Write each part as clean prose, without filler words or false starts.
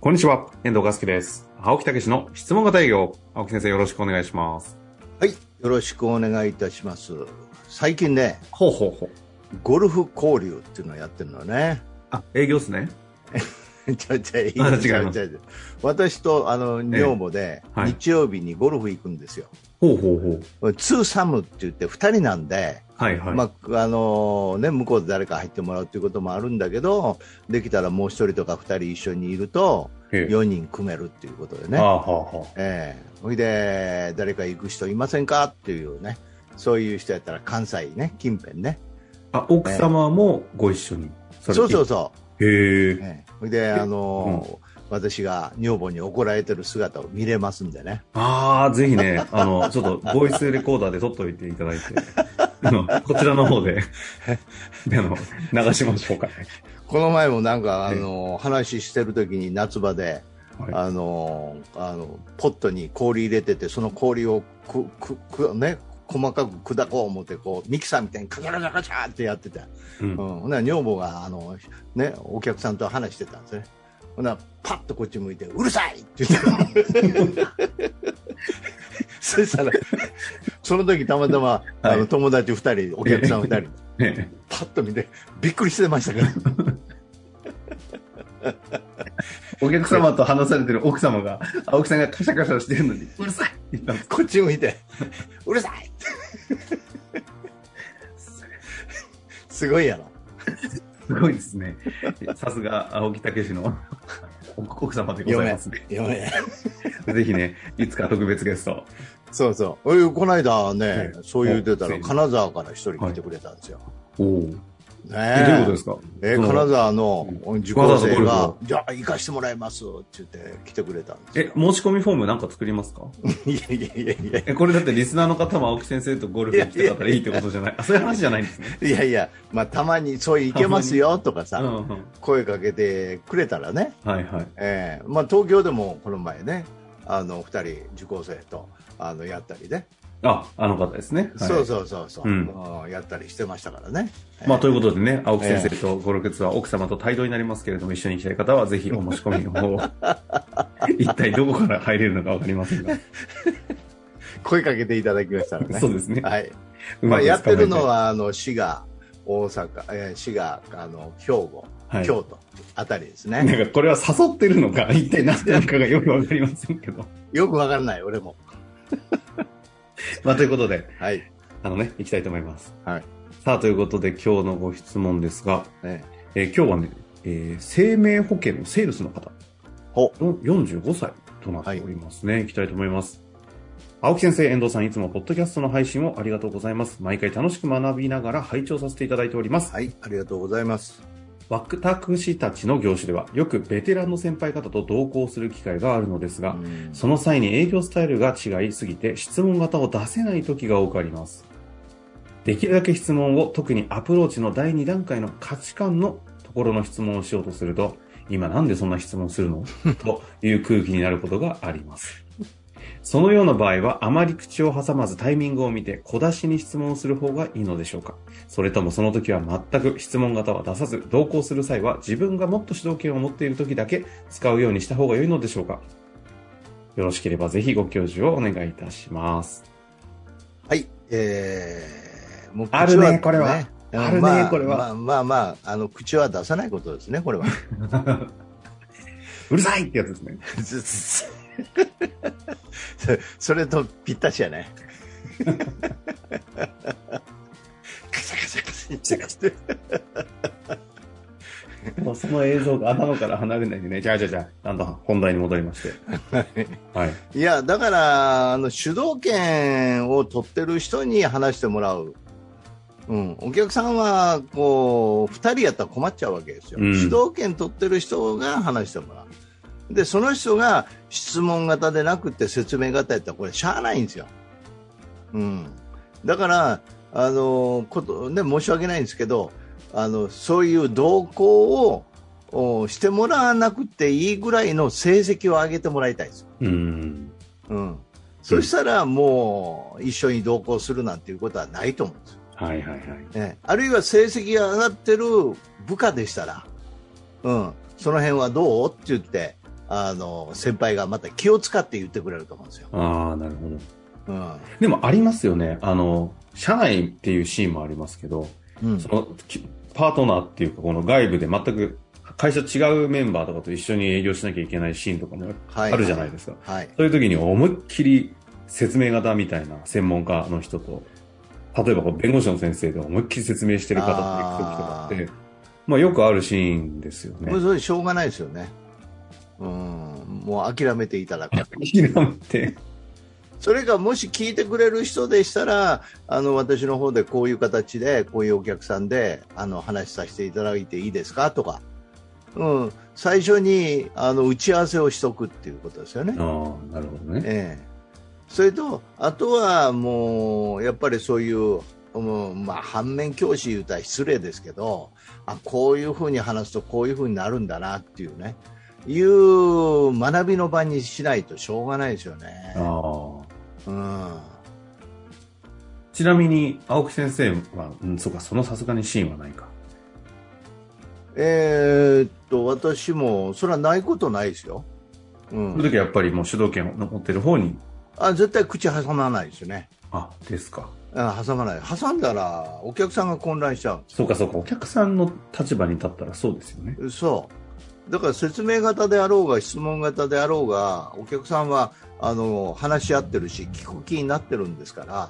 こんにちは、遠藤和樹です。青木武の質問型営業。青木先生、よろしくお願いします。 はい、よろしくお願いいたします。最近ね、 ほうほうほう。 ゴルフ交流っていうのをやってるのね。 あ、営業っすね。 違う。私と女房で日曜日にゴルフ行くんですよ。 ほうほうほう。 ツーサムって言って2人なんで、 はいはい。 向こうで誰か入ってもらうということもあるんだけど、できたらもう1人とか2人一緒にいると4人組めるっていうことでね。それで誰か行く人いませんかっていうね、そういう人やったら関西ね、近辺ね。 あ、奥様もご一緒に。 そう。 へえ。 それで私が女房に怒られてる姿を見れますんでね。 ああ、ぜひね、ちょっとボイスレコーダーで撮っといていただいて、こちらの方で流しましょうかね。 この前もなんか話してる時に夏場で、ポットに氷入れてて、その氷を細かく砕こう思ってミキサーみたいにカチャカチャカチャってやってた。女房がお客さんと話してたんですね。ほなパッとこっち向いてうるさいって言ってそしたらその時たまたま、友達2人お客さん2人パッと見てびっくりしてましたからお客様と話されてる奥様が青木さんがカシャカシャしてるのにうるさいって言ったんです。 こっち向いてうるさいすごいやろ。 すごいですね。さすが青木武の奥様でございますね。ぜひね、いつか特別ゲスト。 そう。この間ね、そう言ってたら金沢から一人来てくれたんですよ。 どういうことですか？ 金沢の受講生が、じゃあ行かしてもらいますって言って来てくれたんですよ。 申し込みフォームなんか作りますか？ いや。 これだってリスナーの方も青木先生とゴルフ行きたかったらいいってことじゃない。そういう話じゃないんですね。 いや、たまにそう行けますよとかさ、声かけてくれたらね。東京でもこの前ね、2人受講生とやったりね。 あの方ですね。 そう、やったりしてましたからね。 ということでね、青木先生とゴルフツアー奥様と帯同になりますけれども、一緒に行きたい方はぜひお申し込みの方を一体どこから入れるのか分かりませんが声かけていただきましたらね。 そうですね。 はい。やってるのは滋賀、大阪、滋賀、兵庫、京都あたりですね。 なんかこれは誘ってるのか一体何なのかがよく分かりませんけど。 よく分からない俺も。 ということで、行きたいと思います。さあ、ということで今日のご質問ですが、今日はね、生命保険のセールスの方の45歳となっておりますね。行きたいと思います。青木先生、遠藤さん、いつもポッドキャストの配信をありがとうございます。毎回楽しく学びながら拝聴させていただいております。 はい、ありがとうございます。 私たちの業種ではよくベテランの先輩方と同行する機会があるのですが、その際に営業スタイルが違いすぎて質問型を出せない時が多くあります。できるだけ質問を、特にアプローチの第2段階の価値観のところの質問をしようとすると、今なんでそんな質問するのという空気になることがあります。そのような場合はあまり口を挟まずタイミングを見て小出しに質問をする方がいいのでしょうか。それともその時は全く質問型は出さず、同行する際は自分がもっと主導権を持っている時だけ使うようにした方が良いのでしょうか。よろしければぜひご教授をお願いいたします。 はい、 もうあるねこれは、あるねこれは。 口は出さないことですね、これは。 うるさいってやつですね。 それとぴったしやね。カシャカシャカシャカシャもうその映像が頭から離れないでね。じゃあなんと本題に戻りまして。 いや、だから主導権を取ってる人に話してもらう。お客さんは2人やったら困っちゃうわけですよ。主導権取ってる人が話してもらう。でその人が質問型でなくて説明型やったらこれしゃあないんですよ。だから申し訳ないんですけど、そういう動向をしてもらわなくていいぐらいの成績を上げてもらいたいですよ。そしたらもう一緒に同行するなんていうことはないと思うんですよ。あるいは成績が上がってる部下でしたら、その辺はどうって言って先輩がまた気を使って言ってくれると思うんですよ。 ああ、なるほど。でもありますよね。社内っていうシーンもありますけど、そのパートナーっていうか、この外部で全く会社違うメンバーとかと一緒に営業しなきゃいけないシーンとかもあるじゃないですか。そういう時に思いっきり説明型みたいな専門家の人と、例えば弁護士の先生で思いっきり説明してる方と行く時とかって、よくあるシーンですよね。 それしょうがないですよね。もう諦めていただく。 諦めて。 それがもし聞いてくれる人でしたら、私の方でこういう形でこういうお客さんで話させていただいていいですかとか、最初に打ち合わせをしとくっていうことですよね。 なるほどね。 それとあとはもうやっぱりそういう、反面教師言うたら失礼ですけど、こういうふうに話すとこういうふうになるんだなっていうね、いう学びの場にしないとしょうがないですよね。 ちなみに青木先生は、そうか、そのさすがにシーンはないか。 私もそれはないことないですよ。 その時はやっぱりもう主導権を持ってる方に。 絶対口挟まないですよね。 ですか。 挟まない。挟んだらお客さんが混乱しちゃうんです。 そうかそうか、お客さんの立場に立ったらそうですよね。 そう。だから説明型であろうが質問型であろうが、お客さんは話し合ってるし聞く気になってるんですから、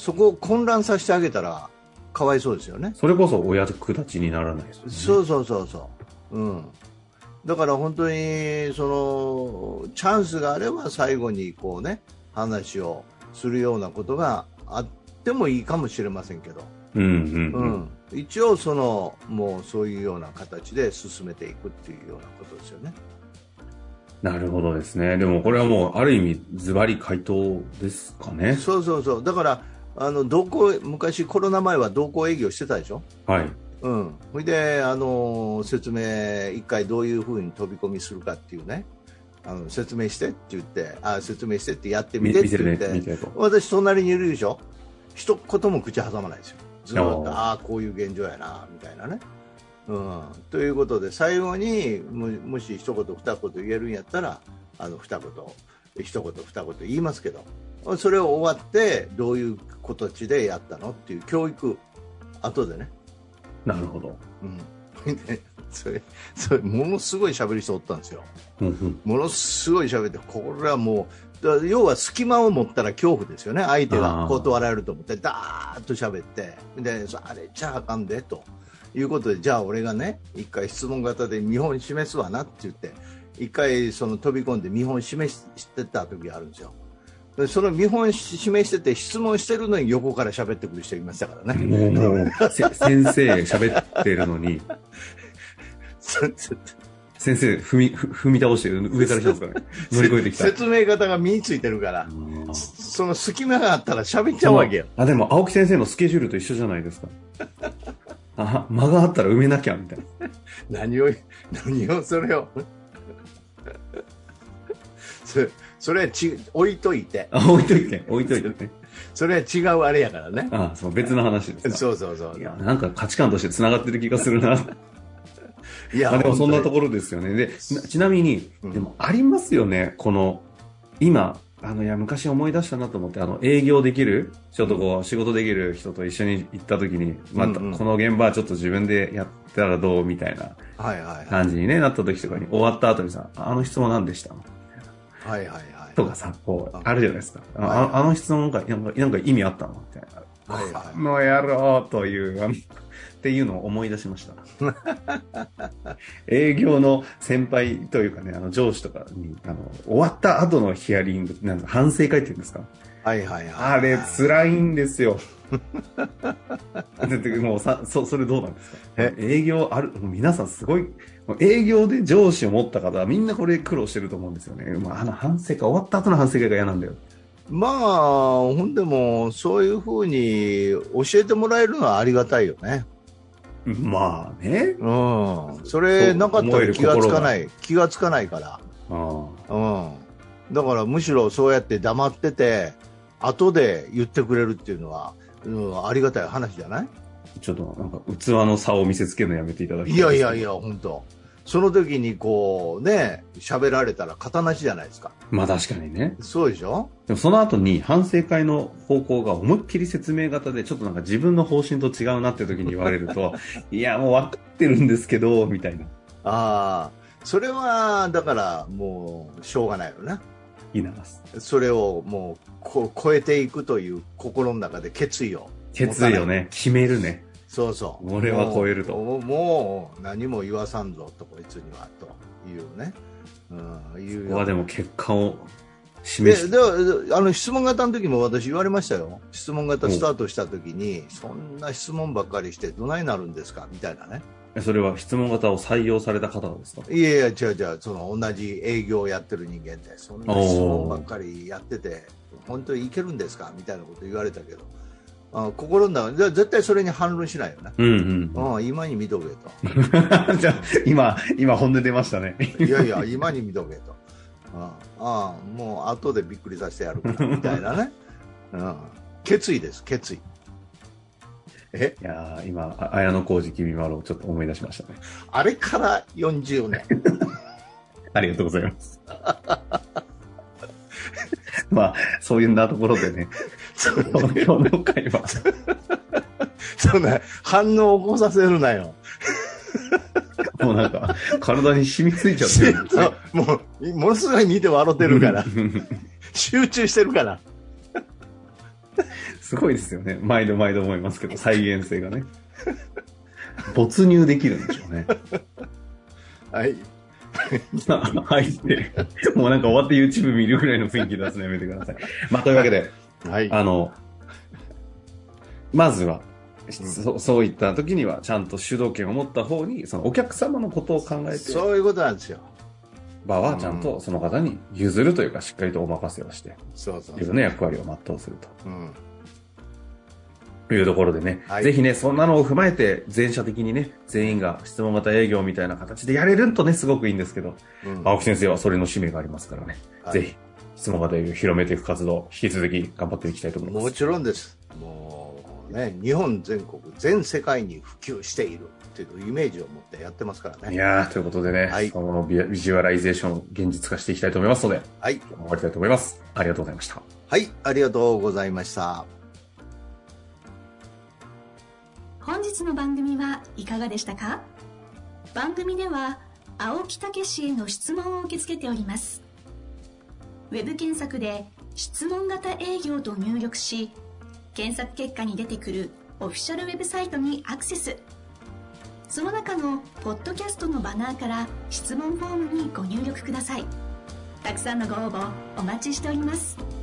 そこを混乱させてあげたらかわいそうですよね。 それこそお役立ちにならないですよね。 そう。だから本当にそのチャンスがあれば最後にこうね、話をするようなことがあってもいいかもしれませんけど、一応もうそういうような形で進めていくっていうようなことですよね。 なるほどですね。でもこれはもうある意味ズバリ回答ですかね。 そう。だから昔コロナ前は同行営業してたでしょ。 はい。 それで説明一回どういうふうに飛び込みするかっていうね、説明してって言って、説明してってやってみてって言って、私隣にいるでしょ。一言も口挟まないですよ。ずっとこういう現状やなみたいなね。ということで最後にもし一言二言言えるんやったら一言二言言いますけど、それを終わってどういう形でやったのっていう教育後でね。 なるほど。 それものすごい喋る人おったんですよ。ものすごい喋って、これはもう要は隙間を持ったら恐怖ですよね。相手が断られると思ってダーッと喋って、であれじゃあかんでということで、じゃあ俺がね一回質問型で見本示すわなって言って一回飛び込んで見本示してた時があるんですよ。その見本示してて質問してるのに横から喋ってくる人いましたからね。 もう先生喋ってるのに先生踏み倒して上から来たんですかね。乗り越えてきた。 説明方が身についてるから、その隙間があったら喋っちゃうわけよ。 でも青木先生のスケジュールと一緒じゃないですか。間があったら埋めなきゃみたいな。 何をそれをそれは置いといて置いといてね。 それは違うあれやからね。 そう別の話ですか。 そういや、なんか価値観としてつながってる気がするな。いや、でもそんなところですよね。で、ちなみに、でもありますよね。この今昔思い出したなと思って、営業できるちょっとこう仕事できる人と一緒に行った時に、この現場はちょっと自分でやったらどうみたいな感じにねなった時とかに、終わった後にさ、質問何でしたのとかさ、こうあるじゃないですか。質問なんか意味あったのみたいな。この野郎というっていうのを思い出しました。営業の先輩というかね、上司とかに終わった後のヒアリング、反省会っていうんですか。あれ辛いんですよ。もうそれどうなんですか。営業皆さんすごい営業で上司を持った方はみんなこれ苦労してると思うんですよね。反省会、終わった後の反省会が嫌なんだよ。 ほんでもそういうふうに教えてもらえるのはありがたいよね。 まあね。 それなかったら気がつかないから。だからむしろそうやって黙ってて後で言ってくれるっていうのは、ありがたい話じゃない？ ちょっとなんか器の差を見せつけるのやめていただきたい。 いや本当。 その時にこうね、喋られたら型なしじゃないですか。 まあ確かにね。 そうでしょ。 でもその後に反省会の方向が思いっきり説明型で、ちょっとなんか自分の方針と違うなって時に言われると、いやもう分かってるんですけど、みたいな。 ああ、それはだからもうしょうがないよな。 いいなます。 それをもう超えていくという心の中で決意をね、決めるね。 そうそう。 俺は超えると。 もう何も言わさんぞと、こいつにはというね。 そこはでも結果を示して。 で質問型の時も私言われましたよ。質問型スタートした時に、そんな質問ばっかりしてどないなるんですかみたいなね。 それは質問型を採用された方ですか？ いやいや、違う、その同じ営業をやってる人間で、そんな質問ばっかりやってて、本当にいけるんですかみたいなこと言われたけど、心の中で絶対それに反論しないよね。今に見とけと。 じゃあ今本音出ましたね。 いや今に見とけと。もう後でびっくりさせてやるからみたいなね。決意です、決意。 いや今綾小路きみまろをちょっと思い出しましたね。 あれから40年。 ありがとうございます。まあそういうなところでね。今日の会話。 そんな反応を起こさせるなよ。 もうなんか体に染みついちゃってるんですね。 ものすごい見て笑ってるから集中してるからすごいですよね。毎度思いますけど、再現性がね没入できるんでしょうね。 はいはいってもうなんか終わって YouTube 見るぐらいの雰囲気出すのやめてください。まあというわけで、 はい、 まずはそういった時にはちゃんと主導権を持った方に、そのお客様のことを考えて、 そういうことなんですよ。 場はちゃんとその方に譲るというか、しっかりとお任せをして、自分の役割を全うすると、いうところでね、ぜひね、そんなのを踏まえて全社的にね、全員が質問型営業みたいな形でやれるとね、すごくいいんですけど、青木先生はそれの使命がありますからね、ぜひ質問型営業を広めていく活動、引き続き頑張っていきたいと思います。 もちろんです。もうね、日本全国、全世界に普及しているっていうイメージを持ってやってますからね。 いやー、ということでね、このビジュアライゼーションを現実化していきたいと思いますので、頑張りたいと思います。ありがとうございました。 はい、ありがとうございました。 本日の番組はいかがでしたか？番組では青木武への質問を受け付けております。ウェブ検索で質問型営業と入力し、検索結果に出てくるオフィシャルウェブサイトにアクセス。その中のポッドキャストのバナーから質問フォームにご入力ください。たくさんのご応募お待ちしております。